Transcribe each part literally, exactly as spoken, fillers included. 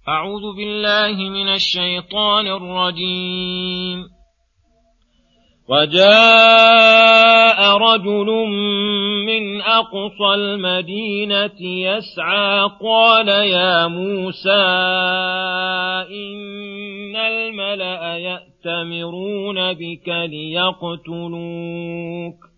أعوذ بالله من الشيطان الرجيم. وجاء رجل من أقصى المدينة يسعى قال يا موسى إن الملأ يأتمرون بك ليقتلوك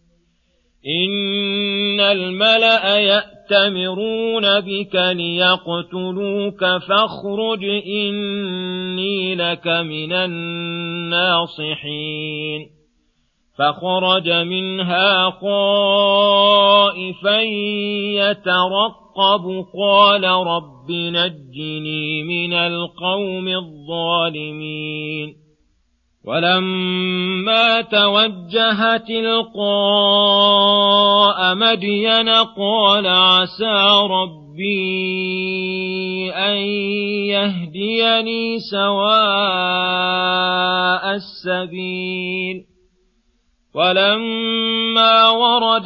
إن الملأ يأتمرون بك ليقتلوك فاخرج إني لك من الناصحين. فخرج منها خائفا يترقب قال رب نجني من القوم الظالمين. ولما توجه تلقاء مدين قال عسى ربي أن يهديني سواء السبيل. ولما ورد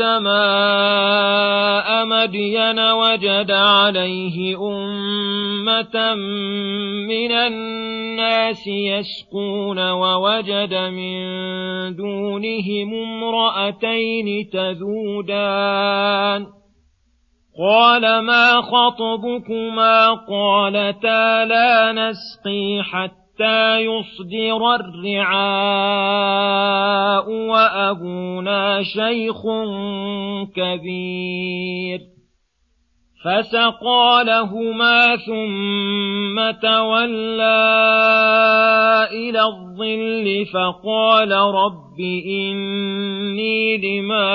ماء مدين وجد عليه أمة من الناس يسقون ووجد من دونهم امرأتين تذودان قال ما خطبكما قالتا لا نسقي حتى حتى يصدر الرعاء وأبونا شيخ كبير. فسقى لهما ثم تولى إلى الظل فقال رب إني لما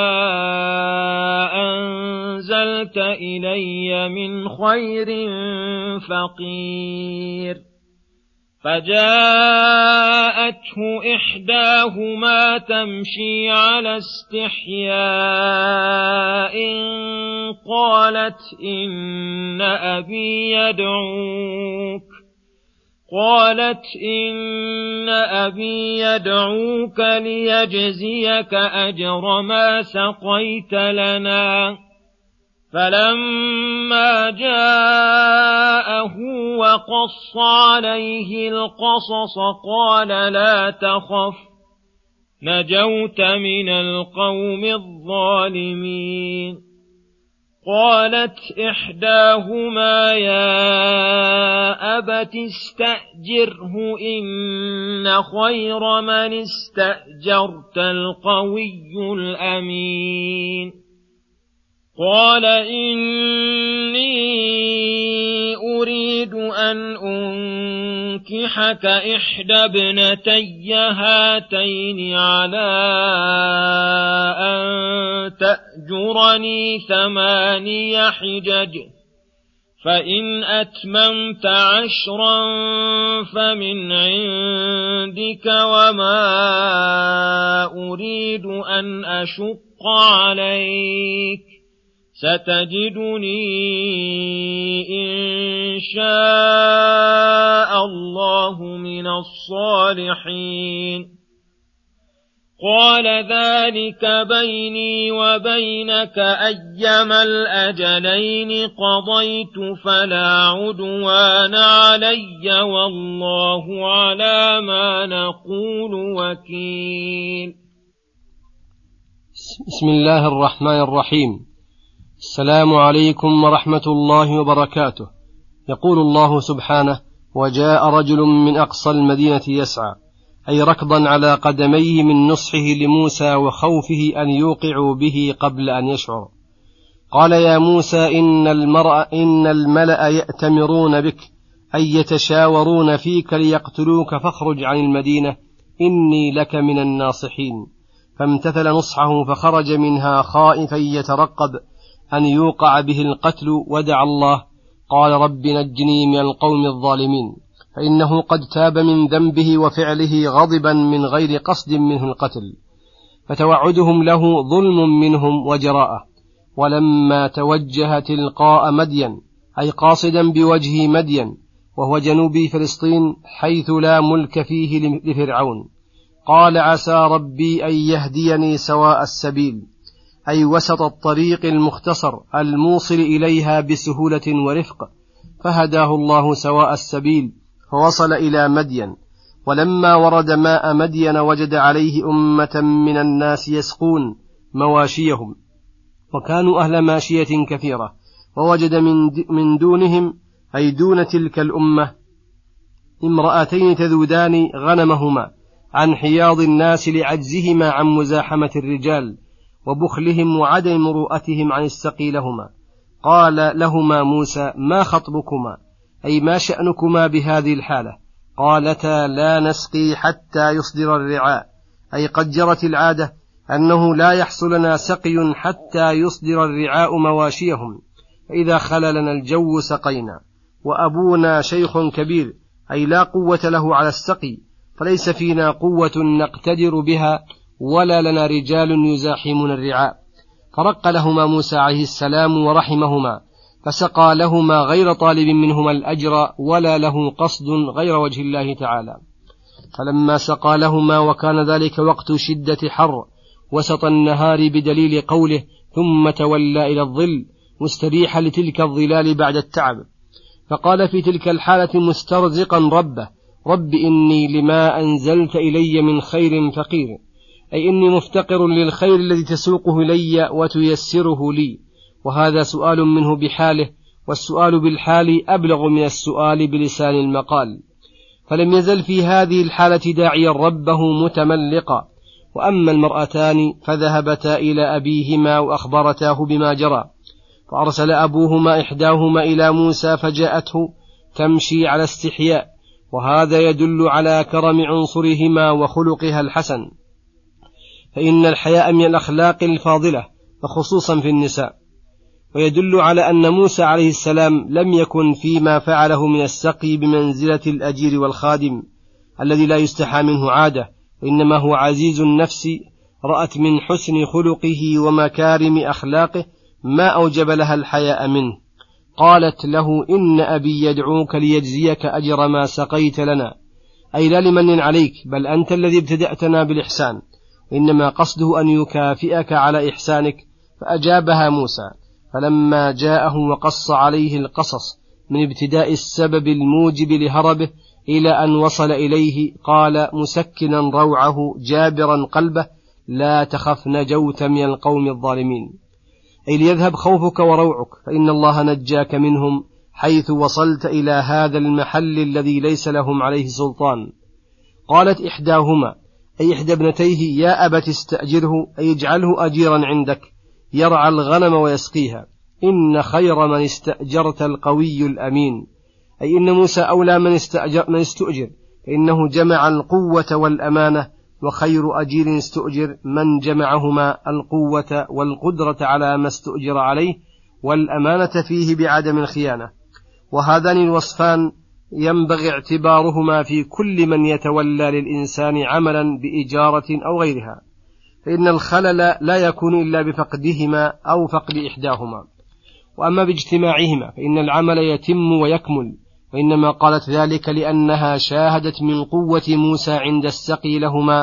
أنزلت إلي من خير فقير. فجاءته إحداهما تمشي على استحياء قالت إن أبي يدعوك قالت إن أبي يدعوك ليجزيك أجر ما سقيت لنا. فلما جاءه وقص عليه القصص قال لا تخف نجوت من القوم الظالمين. قالت إحداهما يا أبت استأجره إن خير من استأجرت القوي الأمين. قال إني أريد أن أنكحك إحدى ابنتي هاتين على أن تأجرني ثماني حجج فإن أتممت عشرا فمن عندك وما أريد أن أشق عليك ستجدني إن شاء الله من الصالحين. قال ذلك بيني وبينك أيما الأجلين قضيت فلا عدوان علي والله على ما نقول وكيل. بسم الله الرحمن الرحيم. السلام عليكم ورحمة الله وبركاته. يقول الله سبحانه وجاء رجل من أقصى المدينة يسعى أي ركضا على قدميه من نصحه لموسى وخوفه أن يوقعوا به قبل أن يشعر. قال يا موسى إن, المرأة إن الملأ يأتمرون بك أي يتشاورون فيك ليقتلوك فاخرج عن المدينة إني لك من الناصحين. فامتثل نصحه فخرج منها خائفا يترقب أن يوقع به القتل ودعا الله قال رب نجني من القوم الظالمين. فإنه قد تاب من ذنبه وفعله غضبا من غير قصد منه القتل، فتوعدهم له ظلم منهم وجراءه. ولما توجه تلقاء مدين أي قاصدا بوجه مدين وهو جنوب فلسطين حيث لا ملك فيه لفرعون قال عسى ربي أن يهديني سواء السبيل أي وسط الطريق المختصر الموصل إليها بسهولة ورفق. فهداه الله سواء السبيل فوصل إلى مدين. ولما ورد ماء مدين وجد عليه أمة من الناس يسقون مواشيهم، وكانوا أهل ماشية كثيرة، ووجد من دونهم أي دون تلك الأمة امرأتين تذودان غنمهما عن حياض الناس لعجزهما عن مزاحمة الرجال وبخلهم وعدم مروءتهم عن السقي لهما. قال لهما موسى: ما خطبكما؟ أي ما شأنكما بهذه الحالة؟ قالتا: لا نسقي حتى يصدر الرعاء، أي قد جرت العادة أنه لا يحصل لنا سقي حتى يصدر الرعاء مواشيهم، فإذا خللنا الجو سقينا، وأبونا شيخ كبير، أي لا قوة له على السقي، فليس فينا قوة نقتدر بها ولا لنا رجال يزاحمون الرعاء. فرق لهما موسى عليه السلام ورحمهما، فسقى لهما غير طالب منهما الأجر ولا له قصد غير وجه الله تعالى. فلما سقى لهما وكان ذلك وقت شدة حر وسط النهار بدليل قوله: ثم تولى إلى الظل، مستريحا لتلك الظلال بعد التعب، فقال في تلك الحالة مسترزقا ربه: رب إني لما أنزلت إلي من خير فقير، أي إني مفتقر للخير الذي تسوقه إلي وتيسره لي. وهذا سؤال منه بحاله، والسؤال بالحال أبلغ من السؤال بلسان المقال. فلم يزل في هذه الحالة داعيا ربه متملقا. وأما المرأتان فذهبتا إلى أبيهما وأخبرتاه بما جرى، فأرسل أبوهما إحداهما إلى موسى فجاءته تمشي على استحياء، وهذا يدل على كرم عنصرهما وخلقها الحسن، فإن الحياء من الأخلاق الفاضلة وخصوصا في النساء. ويدل على أن موسى عليه السلام لم يكن فيما فعله من السقي بمنزلة الأجير والخادم الذي لا يستحى منه عادة، وإنما هو عزيز النفس، رأت من حسن خلقه ومكارم أخلاقه ما أوجب لها الحياء منه. قالت له: إن أبي يدعوك ليجزيك أجر ما سقيت لنا، أي لا لمن عليك، بل أنت الذي ابتدأتنا بالإحسان، وإنما قصده أن يكافئك على إحسانك. فأجابها موسى. فلما جاءه وقص عليه القصص من ابتداء السبب الموجب لهربه إلى أن وصل إليه، قال مسكنا روعه جابرا قلبه: لا تخف، نجوت من القوم الظالمين، أي ليذهب خوفك وروعك، فإن الله نجاك منهم حيث وصلت إلى هذا المحل الذي ليس لهم عليه سلطان. قالت إحداهما، أي إحدى ابنتيه: يا أبت استأجره، أي اجعله أجيرا عندك يرعى الغنم ويسقيها، إن خير من استأجرت القوي الأمين، أي إن موسى أولى من استأجر, من استؤجر، فإنه جمع القوة والأمانة، وخير أجير استؤجر من جمعهما القوة والقدرة على ما استؤجر عليه والأمانة فيه بعدم الخيانة. وهذان الوصفان ينبغي اعتبارهما في كل من يتولى للإنسان عملا بإجارة أو غيرها، فإن الخلل لا يكون إلا بفقدهما أو فقد إحداهما. وأما باجتماعهما فإن العمل يتم ويكمل، وإنما قالت ذلك لأنها شاهدت من قوة موسى عند السقي لهما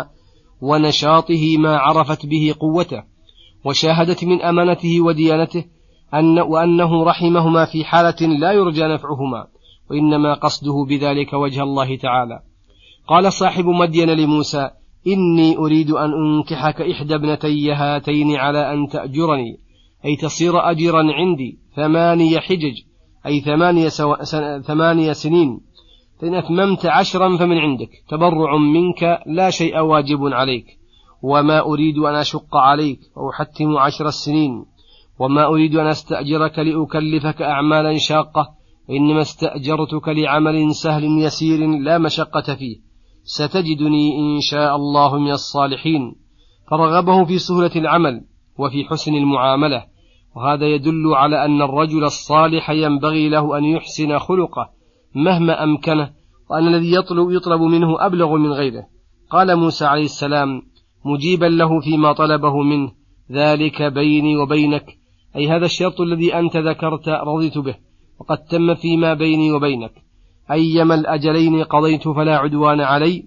ونشاطه ما عرفت به قوته، وشاهدت من أمانته وديانته أن وأنه رحمهما في حالة لا يرجى نفعهما، وإنما قصده بذلك وجه الله تعالى. قال صاحب مدين لموسى: إني أريد أن أنكحك إحدى ابنتي هاتين على أن تأجرني، أي تصير أجرا عندي ثماني حجج، أي ثمانية, سو... ثمانية سنين، فإن أتممت عشرا فمن عندك، تبرع منك لا شيء واجب عليك، وما أريد أن أشق عليك وأحتم عشر السنين، وما أريد أن أستأجرك لأكلفك أعمالا شاقة، وإنما استأجرتك لعمل سهل يسير لا مشقة فيه، ستجدني إن شاء الله من الصالحين. فرغبه في سهولة العمل وفي حسن المعاملة، وهذا يدل على أن الرجل الصالح ينبغي له أن يحسن خلقه مهما أمكنه، وأن الذي يطلب, يطلب منه أبلغ من غيره. قال موسى عليه السلام مجيبا له فيما طلبه منه: ذلك بيني وبينك، أي هذا الشرط الذي أنت ذكرت رضيت به، وقد تم فيما بيني وبينك، أيما الأجلين قضيت فلا عدوان علي،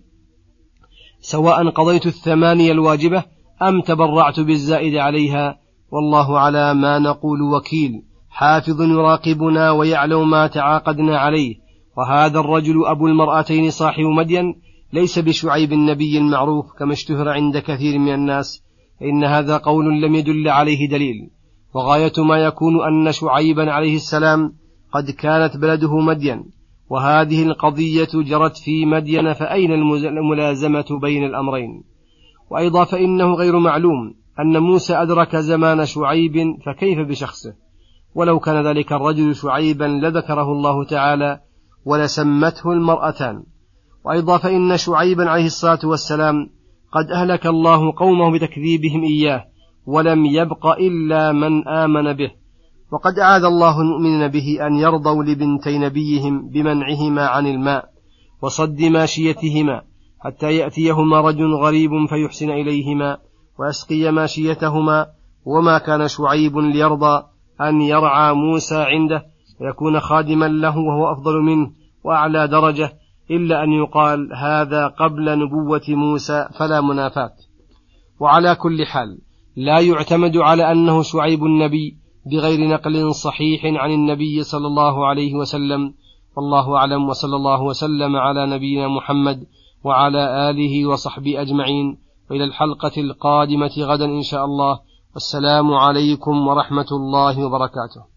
سواء قضيت الثمانية الواجبة أم تبرعت بالزائد عليها، والله على ما نقول وكيل. حافظ يراقبنا ويعلم ما تعاقدنا عليه. وهذا الرجل أبو المرأتين صاحب مدين ليس بشعيب النبي المعروف كما اشتهر عند كثير من الناس، إن هذا قول لم يدل عليه دليل. وغاية ما يكون أن شعيبا عليه السلام قد كانت بلده مدين، وهذه القضية جرت في مدين، فأين الملازمة بين الأمرين؟ وأيضا فإنه غير معلوم أن موسى أدرك زمان شعيب، فكيف بشخصه؟ ولو كان ذلك الرجل شعيبا لذكره الله تعالى ولسمته المرأتان. وأيضا فإن شعيبا عليه الصلاة والسلام قد أهلك الله قومه بتكذيبهم إياه، ولم يبق إلا من آمن به. وقد أعاد الله المؤمنين به أن يرضوا لبنتي نبيهم بمنعهما عن الماء وصد ماشيتهما حتى يأتيهما رجل غريب فيحسن إليهما ويسقي ماشيتهما. وما كان شعيب ليرضى أن يرعى موسى عنده ويكون خادما له وهو أفضل منه وأعلى درجة، إلا أن يقال هذا قبل نبوة موسى، فلا منافاة. وعلى كل حال لا يعتمد على أنه شعيب النبي بغير نقل صحيح عن النبي صلى الله عليه وسلم. والله أعلم، وصلى الله وسلم على نبينا محمد وعلى آله وصحبه أجمعين، وإلى الحلقة القادمة غدا إن شاء الله. والسلام عليكم ورحمة الله وبركاته.